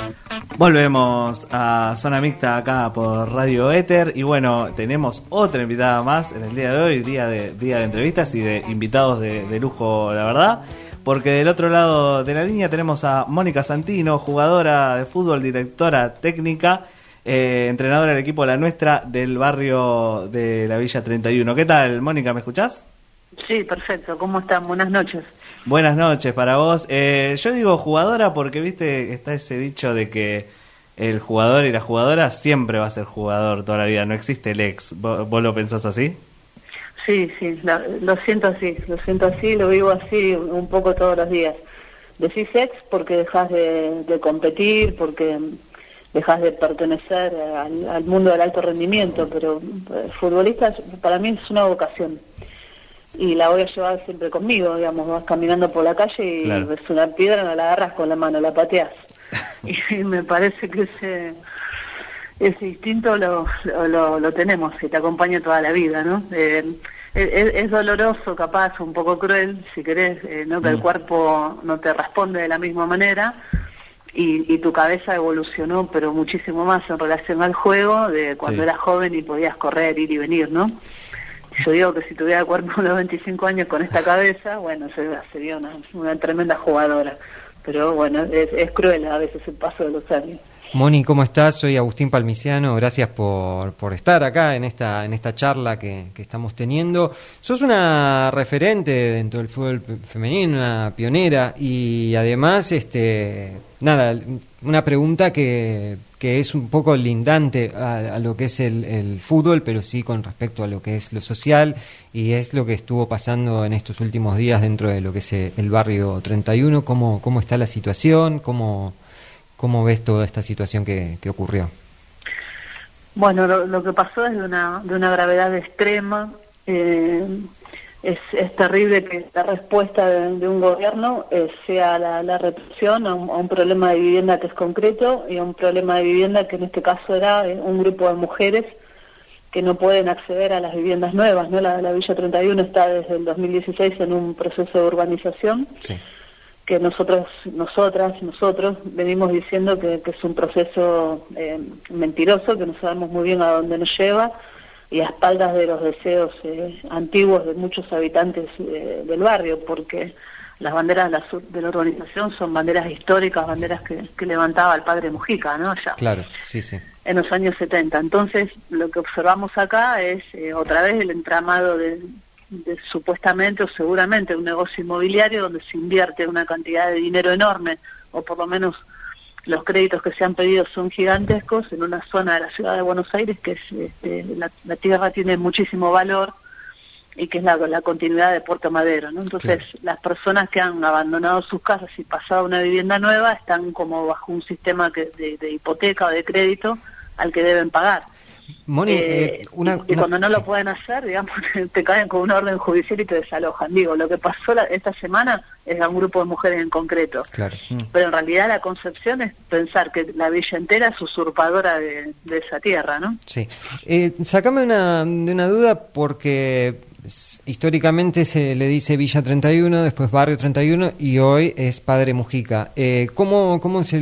Volvemos a Zona Mixta acá por Radio Éter y bueno, tenemos otra invitada más en el día de hoy, día de entrevistas y de invitados de lujo, la verdad, porque del otro lado de la línea tenemos a Mónica Santino, jugadora de fútbol, directora técnica, entrenadora del equipo La Nuestra del barrio de la Villa 31. ¿Qué tal, Mónica? ¿Me escuchás? Sí, perfecto. ¿Cómo están? Buenas noches. Buenas noches para vos. Yo digo jugadora porque, viste, está ese dicho de que el jugador y la jugadora siempre va a ser jugador toda la vida. No existe el ex. ¿Vos lo pensás así? Sí, lo siento así. Lo vivo así un poco todos los días. Decís ex porque dejás de competir, porque dejás de pertenecer al mundo del alto rendimiento, pero futbolista para mí es una vocación. Y la voy a llevar siempre conmigo, digamos, vas caminando por la calle y claro, ves una piedra, no la agarras con la mano, la pateás. Y me parece que ese instinto lo tenemos y te acompaña toda la vida, ¿no? Es doloroso, capaz, un poco cruel, si querés, ¿no? Que el cuerpo no te responde de la misma manera y tu cabeza evolucionó, pero muchísimo más en relación al juego de cuando eras joven y podías correr, ir y venir, ¿no? Yo digo que si tuviera cuerpo de los 25 años con esta cabeza, bueno, sería una tremenda jugadora. Pero bueno, es cruel a veces el paso de los años. Moni, ¿cómo estás? Soy Agustín Palmiciano, gracias por estar acá en esta charla que estamos teniendo. Sos una referente dentro del fútbol femenino, una pionera y además, una pregunta que es un poco lindante a lo que es el fútbol, pero sí con respecto a lo que es lo social y es lo que estuvo pasando en estos últimos días dentro de lo que es el barrio 31. ¿Cómo está la situación? ¿Cómo ves toda esta situación que ocurrió? Bueno, lo que pasó es de una gravedad extrema. Es terrible que la respuesta de un gobierno sea la represión a un problema de vivienda que es concreto y a un problema de vivienda que en este caso era un grupo de mujeres que no pueden acceder a las viviendas nuevas, ¿no? La Villa 31 está desde el 2016 en un proceso de urbanización. Sí. Que nosotros venimos diciendo que es un proceso mentiroso, que no sabemos muy bien a dónde nos lleva, y a espaldas de los deseos antiguos de muchos habitantes del barrio, porque las banderas de la urbanización son banderas históricas, banderas que levantaba el padre Mujica, ¿no? Ya, claro, sí. En los años 70. Entonces, lo que observamos acá es otra vez el entramado de supuestamente o seguramente un negocio inmobiliario donde se invierte una cantidad de dinero enorme, o por lo menos los créditos que se han pedido son gigantescos en una zona de la ciudad de Buenos Aires que es la tierra tiene muchísimo valor y que es la continuidad de Puerto Madero, ¿no? Entonces, claro, las personas que han abandonado sus casas y pasado a una vivienda nueva están como bajo un sistema de hipoteca o de crédito al que deben pagar. Moni, y cuando no lo pueden hacer, digamos, te caen con una orden judicial y te desalojan. Digo, lo que pasó esta semana es a un grupo de mujeres en concreto. Claro. Pero en realidad la concepción es pensar que la villa entera es usurpadora de esa tierra, ¿no? Sí. Sácame de una duda porque históricamente se le dice Villa 31, después Barrio 31 y hoy es Padre Mujica. ¿Cómo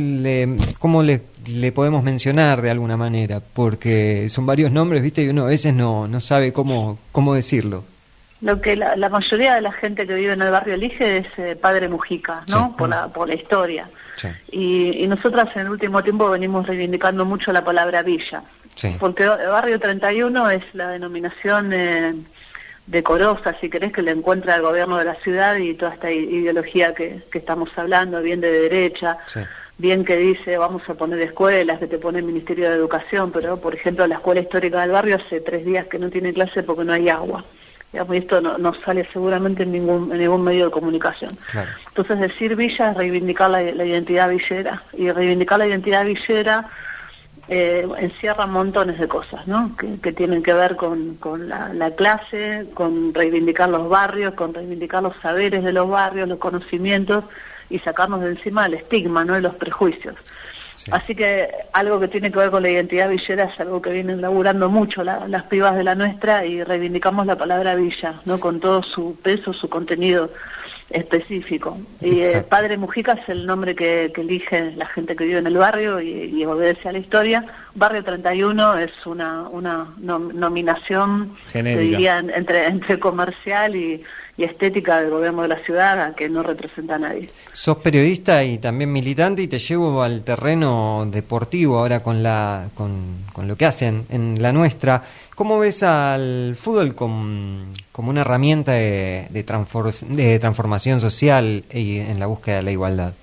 le podemos mencionar de alguna manera? Porque son varios nombres, ¿viste? Y uno a veces no sabe cómo decirlo. Lo que la mayoría de la gente que vive en el barrio elige es Padre Mujica, ¿no? Sí. Por la historia. Sí. Y nosotras en el último tiempo venimos reivindicando mucho la palabra villa. Sí. Porque el Barrio 31 es la denominación decorosa, si querés, que le encuentra al gobierno de la ciudad y toda esta ideología que estamos hablando, bien de derecha, sí, bien que dice vamos a poner escuelas, que te pone el Ministerio de Educación, pero por ejemplo la escuela histórica del barrio hace 3 días que no tiene clase porque no hay agua. Digamos, y esto no sale seguramente en ningún medio de comunicación. Claro. Entonces decir villa es reivindicar la identidad villera, y reivindicar la identidad villera encierra montones de cosas, ¿no? Que tienen que ver con la clase, con reivindicar los barrios, con reivindicar los saberes de los barrios, los conocimientos, y sacarnos de encima el estigma, ¿no? Y los prejuicios. Sí. Así que algo que tiene que ver con la identidad villera es algo que vienen laburando mucho las pibas de La Nuestra, y reivindicamos la palabra villa, ¿no? Con todo su peso, su contenido específico. Y Padre Mujica es el nombre que elige la gente que vive en el barrio y obedece a la historia. Barrio 31 es una nominación, genérica, diría, entre comercial y estética del gobierno de la ciudad, que no representa a nadie. Sos periodista y también militante, y te llevo al terreno deportivo ahora con lo que hacen en La Nuestra. ¿Cómo ves al fútbol como una herramienta de transformación social y en la búsqueda de la igualdad?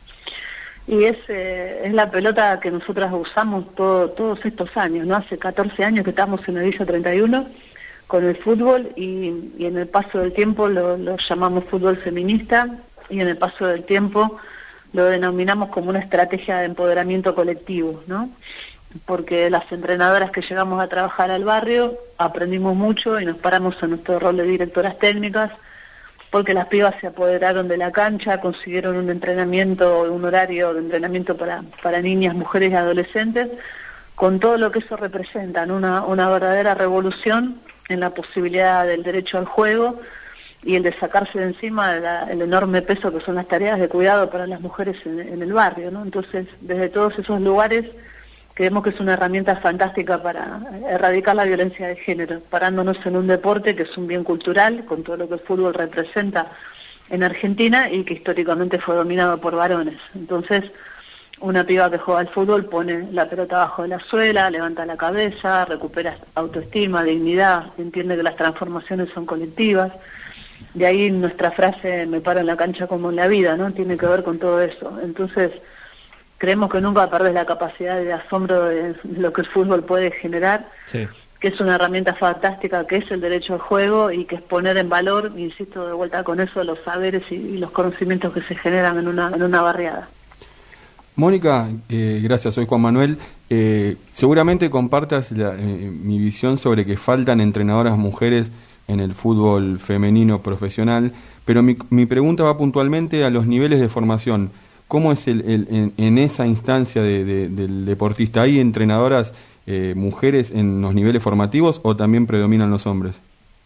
Y es la pelota que nosotras usamos todos estos años, ¿no? Hace 14 años que estamos en el Villa 31 con el fútbol, y en el paso del tiempo lo llamamos fútbol feminista, y en el paso del tiempo lo denominamos como una estrategia de empoderamiento colectivo, ¿no? Porque las entrenadoras que llegamos a trabajar al barrio aprendimos mucho y nos paramos en nuestro rol de directoras técnicas, porque las pibas se apoderaron de la cancha, consiguieron un horario de entrenamiento para niñas, mujeres y adolescentes, con todo lo que eso representa, ¿no? Una verdadera revolución en la posibilidad del derecho al juego y el de sacarse de encima el enorme peso que son las tareas de cuidado para las mujeres en el barrio, ¿no? Entonces, desde todos esos lugares, creemos que es una herramienta fantástica para erradicar la violencia de género, parándonos en un deporte que es un bien cultural, con todo lo que el fútbol representa en Argentina y que históricamente fue dominado por varones. Entonces, una piba que juega al fútbol pone la pelota abajo de la suela, levanta la cabeza, recupera autoestima, dignidad, entiende que las transformaciones son colectivas. De ahí nuestra frase, me paro en la cancha como en la vida, ¿no? Tiene que ver con todo eso. Entonces, creemos que nunca perdés la capacidad de asombro de lo que el fútbol puede generar, sí, que es una herramienta fantástica, que es el derecho al juego y que es poner en valor, insisto de vuelta con eso, los saberes y los conocimientos que se generan en una barriada. Mónica, gracias, soy Juan Manuel. Seguramente compartas mi visión sobre que faltan entrenadoras mujeres en el fútbol femenino profesional, pero mi pregunta va puntualmente a los niveles de formación. ¿Cómo es en esa instancia del deportista? ¿Hay entrenadoras mujeres en los niveles formativos o también predominan los hombres?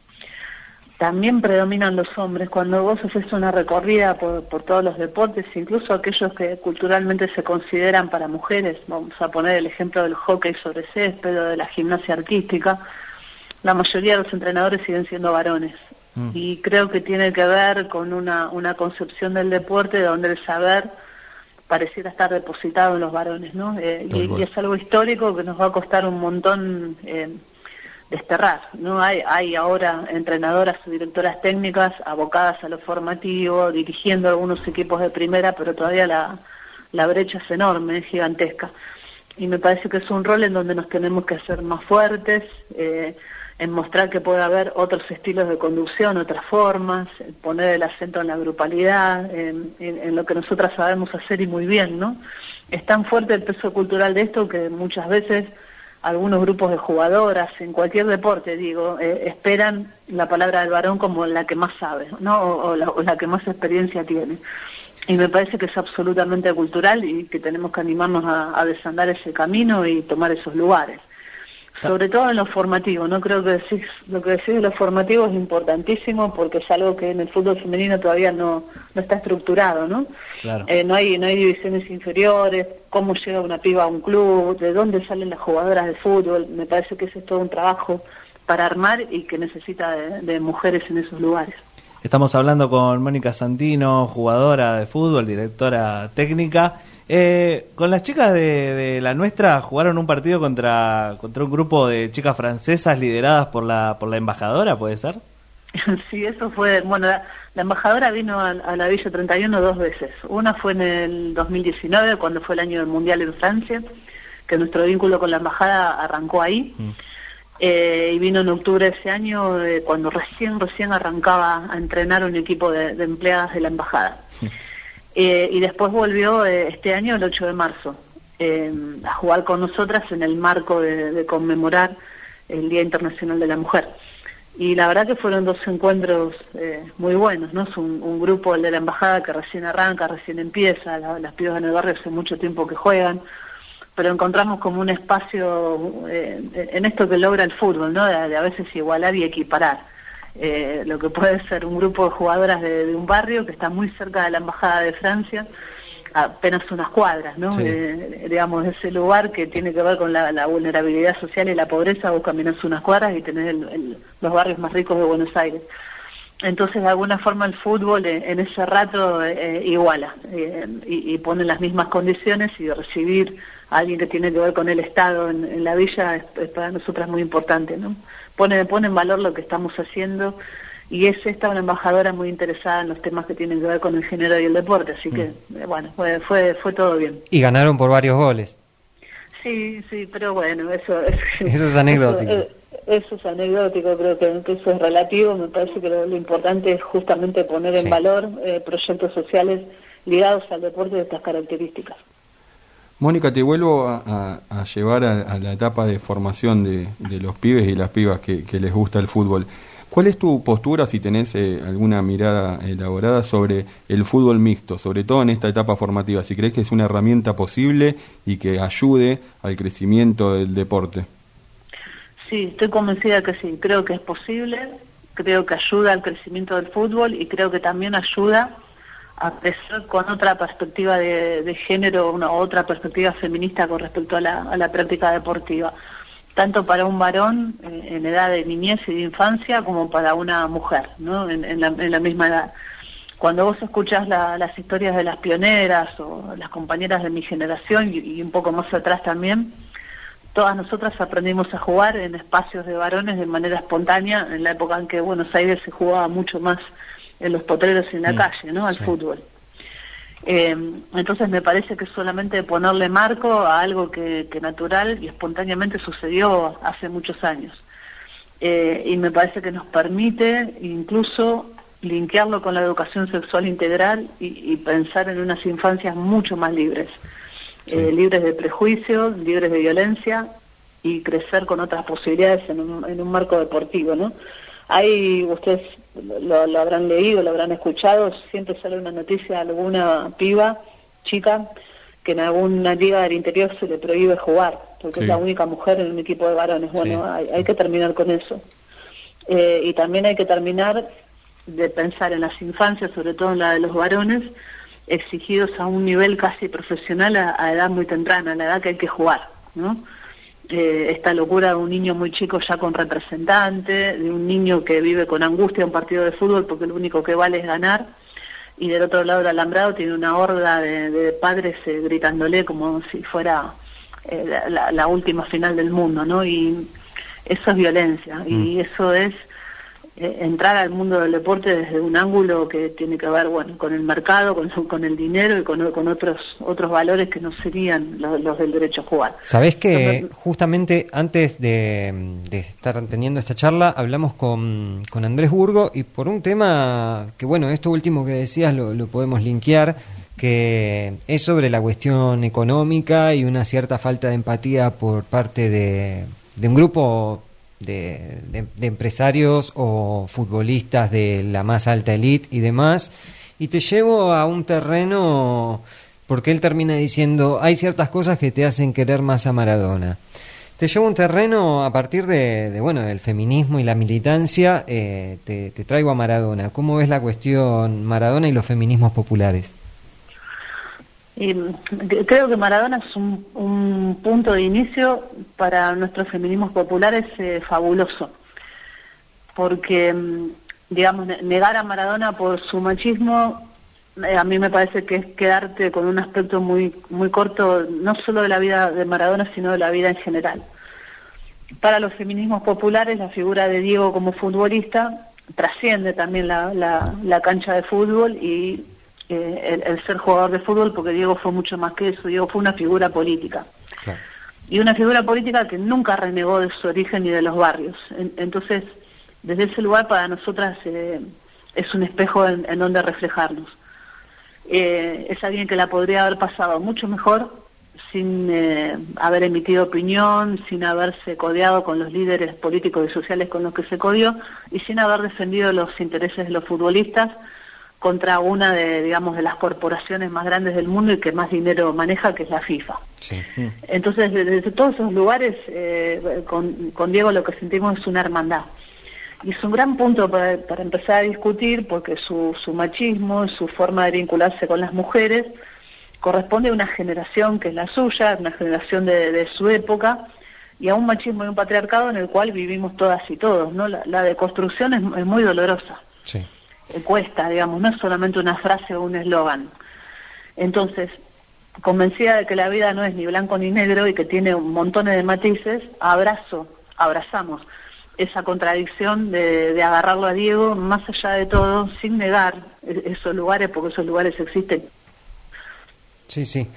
También predominan los hombres. Cuando vos haces una recorrida por todos los deportes, incluso aquellos que culturalmente se consideran para mujeres, vamos a poner el ejemplo del hockey sobre césped o de la gimnasia artística, la mayoría de los entrenadores siguen siendo varones. Y creo que tiene que ver con una concepción del deporte donde el saber pareciera estar depositado en los varones, ¿no? Y es algo histórico que nos va a costar un montón desterrar, ¿no? Hay ahora entrenadoras o directoras técnicas abocadas a lo formativo, dirigiendo algunos equipos de primera, pero todavía la brecha es enorme, es gigantesca. Y me parece que es un rol en donde nos tenemos que hacer más fuertes, en mostrar que puede haber otros estilos de conducción, otras formas, poner el acento en la grupalidad, en lo que nosotras sabemos hacer y muy bien, ¿no? Es tan fuerte el peso cultural de esto que muchas veces algunos grupos de jugadoras, en cualquier deporte, esperan la palabra del varón como la que más sabe, ¿no? O la que más experiencia tiene. Y me parece que es absolutamente cultural y que tenemos que animarnos a desandar ese camino y tomar esos lugares. Sobre todo en lo formativo, ¿no? Creo que lo que decís de lo formativo es importantísimo porque es algo que en el fútbol femenino todavía no está estructurado, ¿no? Claro. No hay divisiones inferiores, cómo llega una piba a un club, de dónde salen las jugadoras de fútbol. Me parece que ese es todo un trabajo para armar y que necesita de mujeres en esos lugares. Estamos hablando con Mónica Santino, jugadora de fútbol, directora técnica. Con las chicas de La Nuestra jugaron un partido contra un grupo de chicas francesas lideradas por la embajadora, ¿puede ser? Sí, eso fue, bueno, la embajadora vino a la Villa 31 dos veces. Una fue en el 2019, cuando fue el año del Mundial en Francia, que nuestro vínculo con la embajada arrancó ahí. Y vino en octubre de ese año, cuando recién arrancaba a entrenar un equipo de empleadas de la embajada. Y después volvió este año, el 8 de marzo, a jugar con nosotras en el marco de conmemorar el Día Internacional de la Mujer. Y la verdad que fueron dos encuentros muy buenos, ¿no? Es un grupo, el de la embajada, que recién arranca, recién empieza, las pibas en el barrio hace mucho tiempo que juegan, pero encontramos como un espacio en esto que logra el fútbol, ¿no? De a veces igualar y equiparar. lo que puede ser un grupo de jugadoras de un barrio que está muy cerca de la Embajada de Francia, apenas unas cuadras, ¿no? Sí. Digamos, ese lugar que tiene que ver con la vulnerabilidad social y la pobreza, vos caminás unas cuadras y tenés los barrios más ricos de Buenos Aires. Entonces, de alguna forma, el fútbol en ese rato iguala y pone las mismas condiciones, y recibir a alguien que tiene que ver con el Estado en la villa es para nosotras muy importante, ¿no? Pone en valor lo que estamos haciendo, y es esta una embajadora muy interesada en los temas que tienen que ver con el género y el deporte, así que, bueno, fue todo bien. Y ganaron por varios goles. Sí, pero bueno, eso es anecdótico. Eso es anecdótico, creo que eso es relativo. Me parece que lo importante es justamente poner en valor proyectos sociales ligados al deporte de estas características. Mónica, te vuelvo a llevar a la etapa de formación de los pibes y las pibas que les gusta el fútbol. ¿Cuál es tu postura, si tenés alguna mirada elaborada sobre el fútbol mixto, sobre todo en esta etapa formativa? Si crees que es una herramienta posible y que ayude al crecimiento del deporte. Sí, estoy convencida que sí. Creo que es posible, creo que ayuda al crecimiento del fútbol, y creo que también ayuda a crecer con otra perspectiva de género, otra perspectiva feminista con respecto a la práctica deportiva, tanto para un varón en edad de niñez y de infancia como para una mujer, ¿no? En la misma edad. Cuando vos escuchás las historias de las pioneras o las compañeras de mi generación y un poco más atrás también, todas nosotras aprendimos a jugar en espacios de varones de manera espontánea, en la época en que Buenos Aires se jugaba mucho más en los potreros y en la calle, ¿no? Al fútbol. Entonces me parece que solamente ponerle marco a algo que natural y espontáneamente sucedió hace muchos años. Y me parece que nos permite incluso linkearlo con la educación sexual integral y pensar en unas infancias mucho más libres. Libres de prejuicios, libres de violencia, y crecer con otras posibilidades en un marco deportivo, ¿no? Ahí ustedes lo habrán leído, lo habrán escuchado, siempre sale una noticia de alguna piba, chica, que en alguna liga del interior se le prohíbe jugar, porque es la única mujer en un equipo de varones. Bueno, hay que terminar con eso. Y también hay que terminar de pensar en las infancias, sobre todo en la de los varones, exigidos a un nivel casi profesional a edad muy temprana, a la edad que hay que jugar, ¿no? Esta locura de un niño muy chico ya con representante, de un niño que vive con angustia un partido de fútbol porque lo único que vale es ganar, y del otro lado del alambrado tiene una horda de padres gritándole como si fuera la última final del mundo, ¿no? Y eso es violencia, y eso es entrar al mundo del deporte desde un ángulo que tiene que ver, bueno, con el mercado, con el dinero y con otros valores que no serían los del derecho a jugar. Sabés que justamente antes de estar teniendo esta charla hablamos con Andrés Burgo, y por un tema que, bueno, esto último que decías lo podemos linkear, que es sobre la cuestión económica y una cierta falta de empatía por parte de un grupo de empresarios o futbolistas de la más alta elite y demás, y te llevo a un terreno porque él termina diciendo hay ciertas cosas que te hacen querer más a Maradona. Te llevo a un terreno a partir bueno, del feminismo y la militancia. Te traigo a Maradona. ¿Cómo ves la cuestión Maradona y los feminismos populares? Y creo que Maradona es un punto de inicio para nuestros feminismos populares fabuloso, porque, digamos, negar a Maradona por su machismo, a mí me parece que es quedarte con un aspecto muy muy corto, no solo de la vida de Maradona, sino de la vida en general. Para los feminismos populares, la figura de Diego como futbolista trasciende también la cancha de fútbol y el ser jugador de fútbol, porque Diego fue mucho más que eso. Diego fue una figura política. Claro. Y una figura política que nunca renegó de su origen ni de los barrios. Entonces, desde ese lugar para nosotras es un espejo en donde reflejarnos. Es alguien que la podría haber pasado mucho mejor sin haber emitido opinión, sin haberse codeado con los líderes políticos y sociales con los que se codió, y sin haber defendido los intereses de los futbolistas contra una de las corporaciones más grandes del mundo y que más dinero maneja, que es la FIFA. Sí. Entonces, desde todos esos lugares, con Diego lo que sentimos es una hermandad. Y es un gran punto para empezar a discutir, porque su machismo, su forma de vincularse con las mujeres, corresponde a una generación que es la suya, una generación de su época, y a un machismo y un patriarcado en el cual vivimos todas y todos, ¿no? La deconstrucción es muy dolorosa. Sí. Cuesta, digamos, no es solamente una frase o un eslogan. Entonces, convencida de que la vida no es ni blanco ni negro y que tiene montones de matices, abrazamos esa contradicción de agarrarlo a Diego, más allá de todo, sin negar esos lugares, porque esos lugares existen. Sí.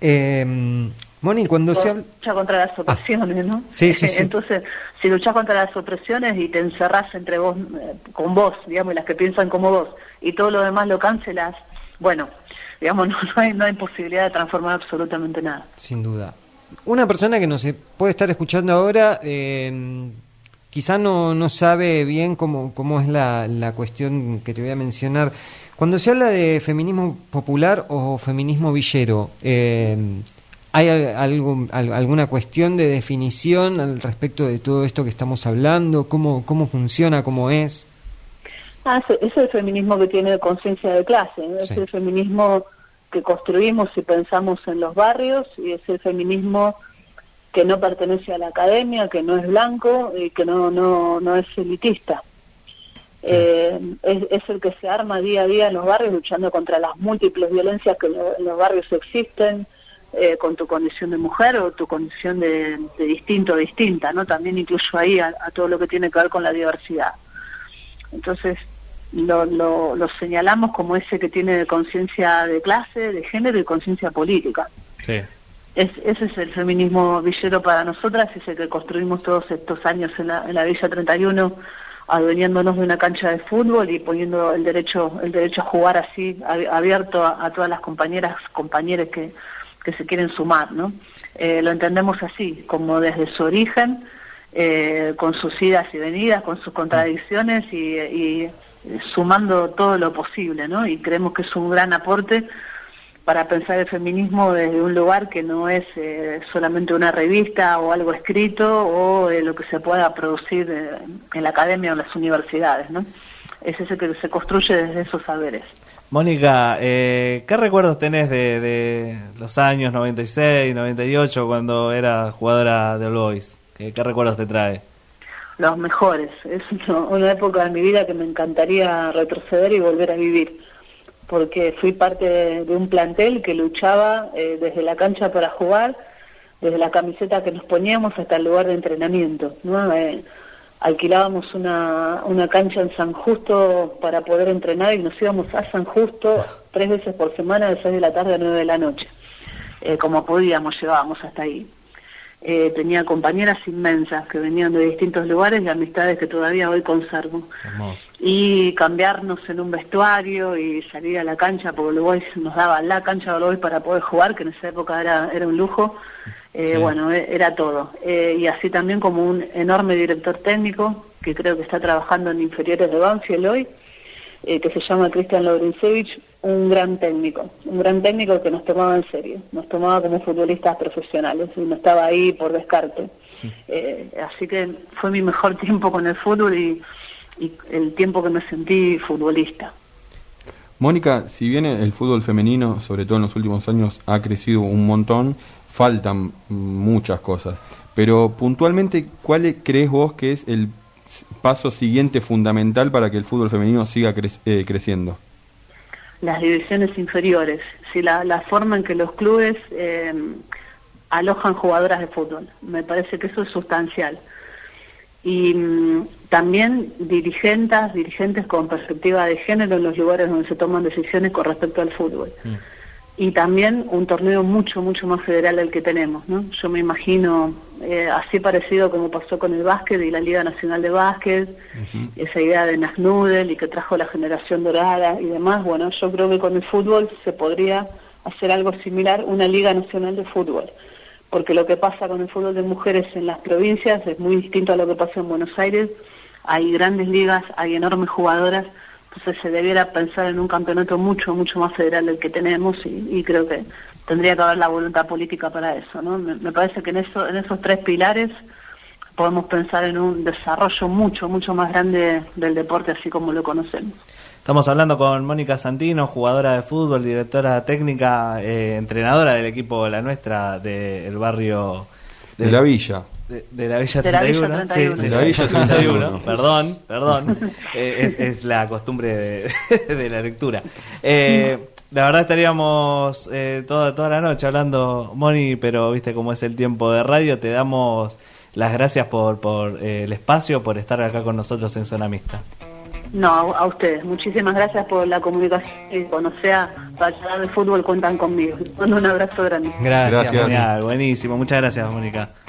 Moni, cuando se habla... Lucha contra las opresiones, ¿no? Sí. Entonces, si luchás contra las opresiones y te encerrás entre vos, con vos, digamos, y las que piensan como vos, y todo lo demás lo cancelas, bueno, digamos, no hay posibilidad de transformar absolutamente nada. Sin duda. Una persona que nos puede estar escuchando ahora, quizá no sabe bien cómo es la cuestión que te voy a mencionar. Cuando se habla de feminismo popular o feminismo villero, ¿hay alguna cuestión de definición al respecto de todo esto que estamos hablando? ¿Cómo funciona? ¿Cómo es? Es el feminismo que tiene conciencia de clase, ¿no? Sí. Es el feminismo que construimos y pensamos en los barrios, y es el feminismo que no pertenece a la academia, que no es blanco y que no es elitista. Sí. Es el que se arma día a día en los barrios, luchando contra las múltiples violencias que en los barrios existen, con tu condición de mujer o tu condición de distinto o distinta, ¿no? También incluyo ahí a todo lo que tiene que ver con la diversidad. Entonces, lo señalamos como ese que tiene conciencia de clase, de género y conciencia política. Sí. Ese es el feminismo villero para nosotras, es el que construimos todos estos años en la Villa 31, adueñándonos de una cancha de fútbol y poniendo el derecho a jugar así, abierto a todas las compañeros que se quieren sumar, ¿no? Lo entendemos así, como desde su origen, con sus idas y venidas, con sus contradicciones y sumando todo lo posible, ¿no? Y creemos que es un gran aporte para pensar el feminismo desde un lugar que no es solamente una revista o algo escrito o lo que se pueda producir en la academia o en las universidades, ¿no? Es ese que se construye desde esos saberes. Mónica, ¿qué recuerdos tenés de los años 96, 98, cuando eras jugadora de All Boys? ¿Qué recuerdos te trae? Los mejores. Es una época de mi vida que me encantaría retroceder y volver a vivir, porque fui parte de un plantel que luchaba desde la cancha para jugar, desde la camiseta que nos poníamos hasta el lugar de entrenamiento, ¿no? Alquilábamos una cancha en San Justo para poder entrenar y nos íbamos a San Justo 3 veces por semana, de 6 de la tarde a 9 de la noche. Como podíamos, llegábamos hasta ahí. Tenía compañeras inmensas que venían de distintos lugares y amistades que todavía hoy conservo. Hermoso. Y cambiarnos en un vestuario y salir a la cancha, porque Uruguay nos daba la cancha de Uruguay para poder jugar, que en esa época era un lujo. Sí. Bueno, era todo. Y así también como un enorme director técnico, que creo que está trabajando en inferiores de Banfield hoy, que se llama Cristian Lobrinsevich, un gran técnico que nos tomaba en serio, nos tomaba como futbolistas profesionales y no estaba ahí por descarte. Sí. Así que fue mi mejor tiempo con el fútbol y el tiempo que me sentí futbolista. Mónica, si bien el fútbol femenino, sobre todo en los últimos años, ha crecido un montón, faltan muchas cosas, pero puntualmente, ¿cuál crees vos que es el paso siguiente fundamental para que el fútbol femenino siga creciendo? Las divisiones inferiores, sí, la forma en que los clubes alojan jugadoras de fútbol. Me parece que eso es sustancial. Y también dirigentes con perspectiva de género en los lugares donde se toman decisiones con respecto al fútbol. Y también un torneo mucho más federal del que tenemos, ¿no? Yo me imagino así parecido como pasó con el básquet y la Liga Nacional de Básquet, esa idea de Nasnudel y que trajo la generación dorada y demás. Bueno, yo creo que con el fútbol se podría hacer algo similar, una Liga Nacional de Fútbol, porque lo que pasa con el fútbol de mujeres en las provincias es muy distinto a lo que pasa en Buenos Aires. Hay grandes ligas, hay enormes jugadoras. Entonces se debiera pensar en un campeonato mucho más federal del que tenemos y creo que tendría que haber la voluntad política para eso, ¿no? Me parece que en esos 3 pilares podemos pensar en un desarrollo mucho más grande del deporte así como lo conocemos. Estamos hablando con Mónica Santino, jugadora de fútbol, directora técnica, entrenadora del equipo La Nuestra del barrio de la Villa. De la Villa 31. Sí, de la Villa 31. Perdón. Es la costumbre de la lectura. La verdad estaríamos toda la noche hablando, Moni, pero viste cómo es el tiempo de radio. Te damos las gracias por el espacio, por estar acá con nosotros en Zona Mixta. No, a ustedes. Muchísimas gracias por la comunicación. Y cuando sea para hablar de fútbol, cuentan conmigo. Les mando un abrazo grande. Gracias. Genial, buenísimo. Muchas gracias, Mónica.